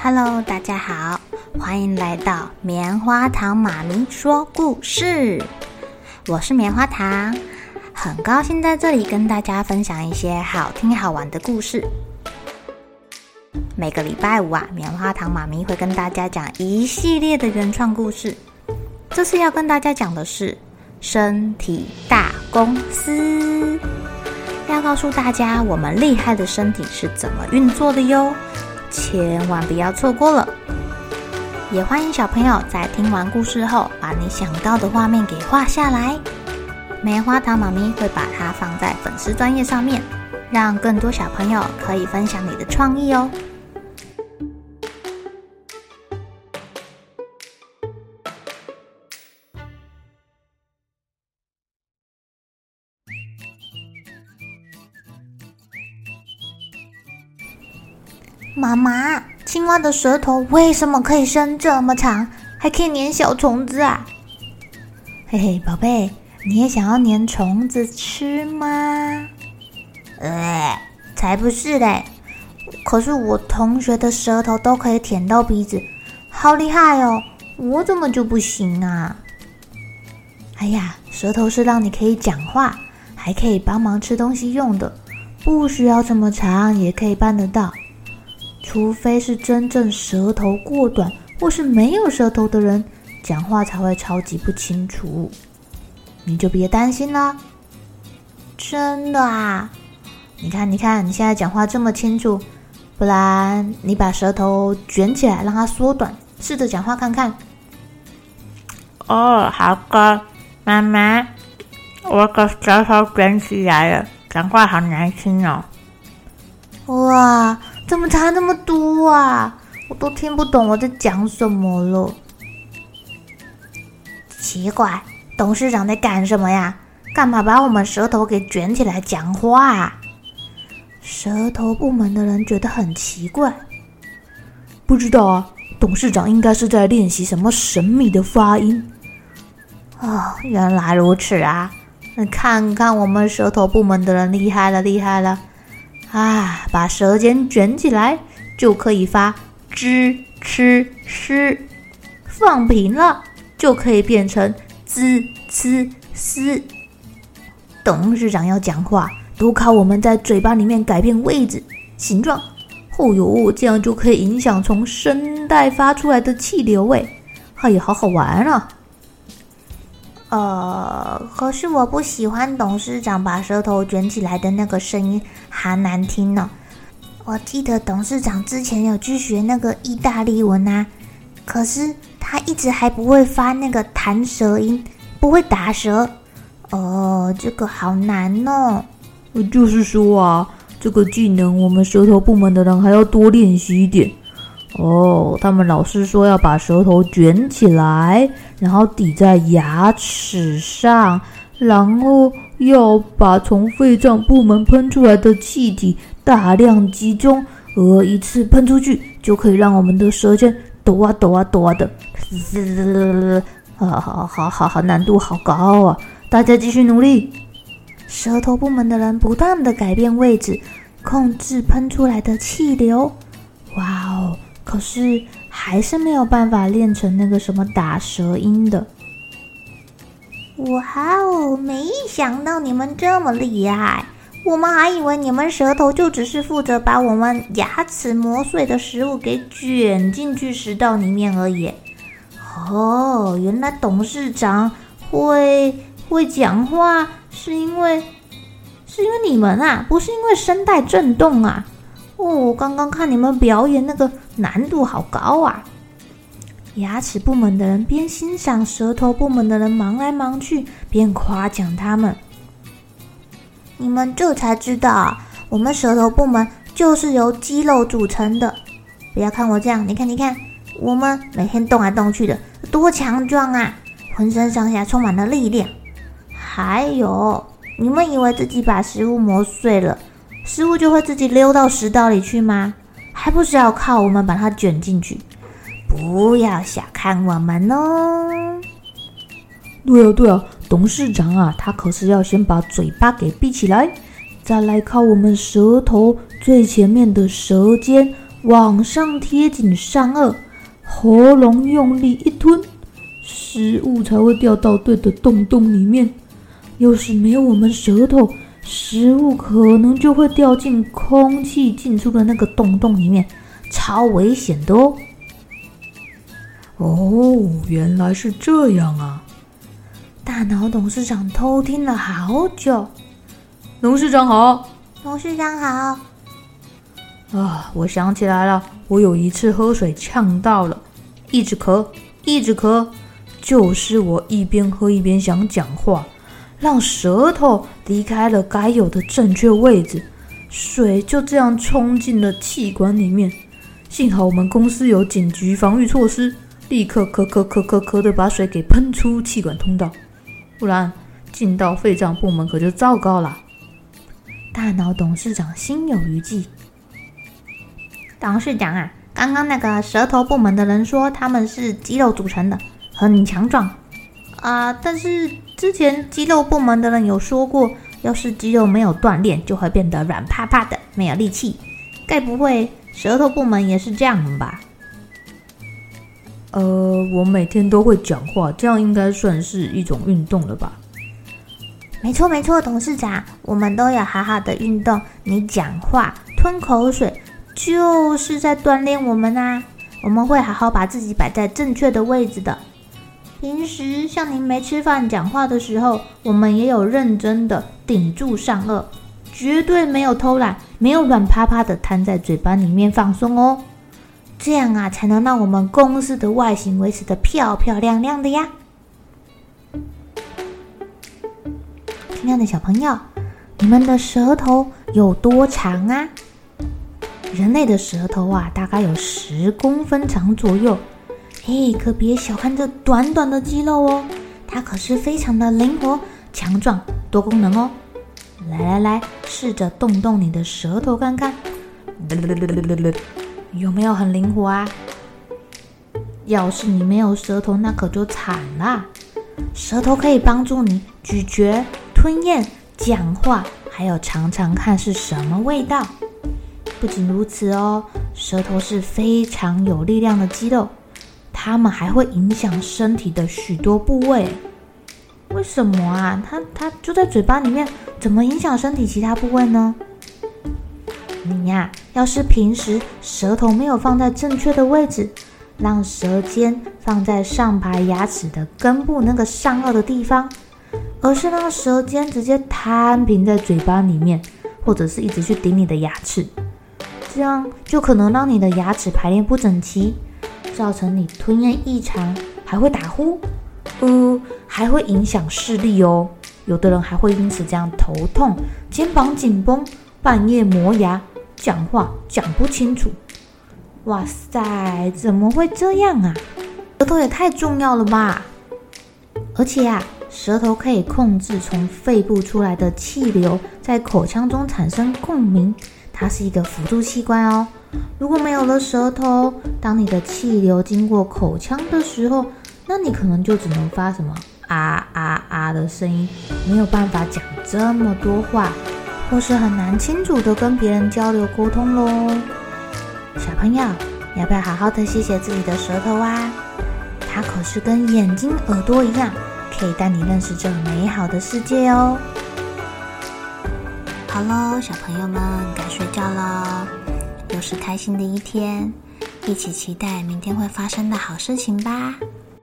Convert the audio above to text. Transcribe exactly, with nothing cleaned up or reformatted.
Hello， 大家好，欢迎来到棉花糖妈咪说故事。我是棉花糖，很高兴在这里跟大家分享一些好听好玩的故事。每个礼拜五啊，棉花糖妈咪会跟大家讲一系列的原创故事。这次要跟大家讲的是身体大公司，要告诉大家我们厉害的身体是怎么运作的哟，千万不要错过了。也欢迎小朋友在听完故事后，把你想到的画面给画下来。棉花糖妈咪会把它放在粉丝专页上面，让更多小朋友可以分享你的创意哦。妈妈，青蛙的舌头为什么可以伸这么长，还可以粘小虫子啊？嘿嘿，宝贝，你也想要粘虫子吃吗？呃，才不是嘞！可是我同学的舌头都可以舔到鼻子，好厉害哦！我怎么就不行啊？哎呀，舌头是让你可以讲话，还可以帮忙吃东西用的，不需要这么长也可以办得到。除非是真正舌头过短或是没有舌头的人，讲话才会超级不清楚。你就别担心了。真的啊？你看你看，你现在讲话这么清楚，不然你把舌头卷起来让它缩短，试着讲话看看。 哦，好的，妈妈，我的舌头卷起来了，讲话好难听哦。 哇，怎么差那么多啊？我都听不懂我在讲什么了。奇怪，董事长在干什么呀？干嘛把我们舌头给卷起来讲话啊？舌头部门的人觉得很奇怪。 不知道啊，董事长应该是在练习什么神秘的发音。 哦，原来如此啊！看看我们舌头部门的人厉害了，厉害了！啊，把舌尖卷起来就可以发吱吃诗，放平了就可以变成滋呲丝。董事长要讲话都靠我们在嘴巴里面改变位置形状，哦哟，这样就可以影响从声带发出来的气流诶，哎呀，好好玩啊！呃，可是我不喜欢董事长把舌头卷起来的那个声音，好难听哦。我记得董事长之前有去学那个意大利文啊，可是他一直还不会发那个弹舌音，不会打舌。哦，这个好难哦。 就是说啊，这个技能我们舌头部门的人还要多练习一点。哦，他们老师说要把舌头卷起来，然后抵在牙齿上，然后要把从肺脏部门喷出来的气体大量集中，而一次喷出去就可以让我们的舌尖抖啊抖啊抖啊的，好好好好好，难度好高啊！大家继续努力。 舌头部门的人不断的改变位置，控制喷出来的气流。哇哦！可是还是没有办法练成那个什么打舌音的。哇哦，没想到你们这么厉害，我们还以为你们舌头就只是负责把我们牙齿磨碎的食物给卷进去食道里面而已。哦，原来董事长会会讲话是因为是因为你们啊，不是因为声带震动啊。哦，刚刚看你们表演那个难度好高啊！牙齿部门的人边欣赏舌头部门的人忙来忙去，边夸奖他们。你们这才知道，我们舌头部门就是由肌肉组成的。不要看我这样，你看你看，我们每天动来动去的，多强壮啊！浑身上下充满了力量。还有，你们以为自己把食物磨碎了，食物就会自己溜到食道里去吗？还不是要靠我们把它卷进去。不要小看我们哦。 对啊对啊，董事长啊，他可是要先把嘴巴给闭起来，再来靠我们舌头最前面的舌尖往上贴紧上颚，喉咙用力一吞，食物才会掉到对的洞洞里面。要是没有我们舌头，食物可能就会掉进空气进出的那个洞洞里面，超危险的哦。哦，原来是这样啊！ 大脑董事长偷听了好久。 董事长好。 董事长好。 啊，我想起来了，我有一次喝水呛到了，一直咳，一直咳，就是我一边喝一边想讲话，让舌头离开了该有的正确位置，水就这样冲进了气管里面。幸好我们公司有紧急防御措施，立刻咳咳咳咳咳的把水给喷出气管通道，不然进到肺脏部门可就糟糕了。 大脑董事长心有余悸。董事长啊，刚刚那个舌头部门的人说他们是肌肉组成的，很强壮啊、呃，但是之前肌肉部门的人有说过，要是肌肉没有锻炼，就会变得软趴趴的，没有力气。该不会舌头部门也是这样吧？ 呃，我每天都会讲话，这样应该算是一种运动了吧？ 没错没错，董事长，我们都要好好的运动。你讲话吞口水就是在锻炼我们啊，我们会好好把自己摆在正确的位置的。平时像您没吃饭讲话的时候，我们也有认真的顶住上颚，绝对没有偷懒，没有软趴趴的摊在嘴巴里面放松哦。这样啊，才能让我们公司的外形维持得漂漂亮亮的呀。亲爱的小朋友，你们的舌头有多长啊？人类的舌头啊，大概有十公分长左右。嘿，可别小看这短短的肌肉哦，它可是非常的灵活、强壮、多功能哦。来来来，试着动动你的舌头看看，有没有很灵活啊？要是你没有舌头，那可就惨啦。舌头可以帮助你咀嚼、吞咽、讲话，还有尝尝看是什么味道。不仅如此哦，舌头是非常有力量的肌肉，它们还会影响身体的许多部位。为什么啊？它它就在嘴巴里面，怎么影响身体其他部位呢？你呀、啊，要是平时舌头没有放在正确的位置，让舌尖放在上排牙齿的根部那个上颚的地方，而是让舌尖直接摊平在嘴巴里面，或者是一直去顶你的牙齿，这样就可能让你的牙齿排列不整齐，造成你吞咽异常，还会打呼，呃，还会影响视力哦。有的人还会因此这样头痛、肩膀紧绷、半夜磨牙、讲话讲不清楚。哇塞，怎么会这样啊？舌头也太重要了吧！而且啊，舌头可以控制从肺部出来的气流在口腔中产生共鸣，它是一个辅助器官哦。如果没有了舌头，当你的气流经过口腔的时候，那你可能就只能发什么啊啊啊的声音，没有办法讲这么多话，或是很难清楚的跟别人交流沟通咯。小朋友，要不要好好的谢谢自己的舌头啊？它可是跟眼睛、耳朵一样，可以带你认识这美好的世界哦。好咯，小朋友们该睡觉了，又是开心的一天，一起期待明天会发生的好事情吧。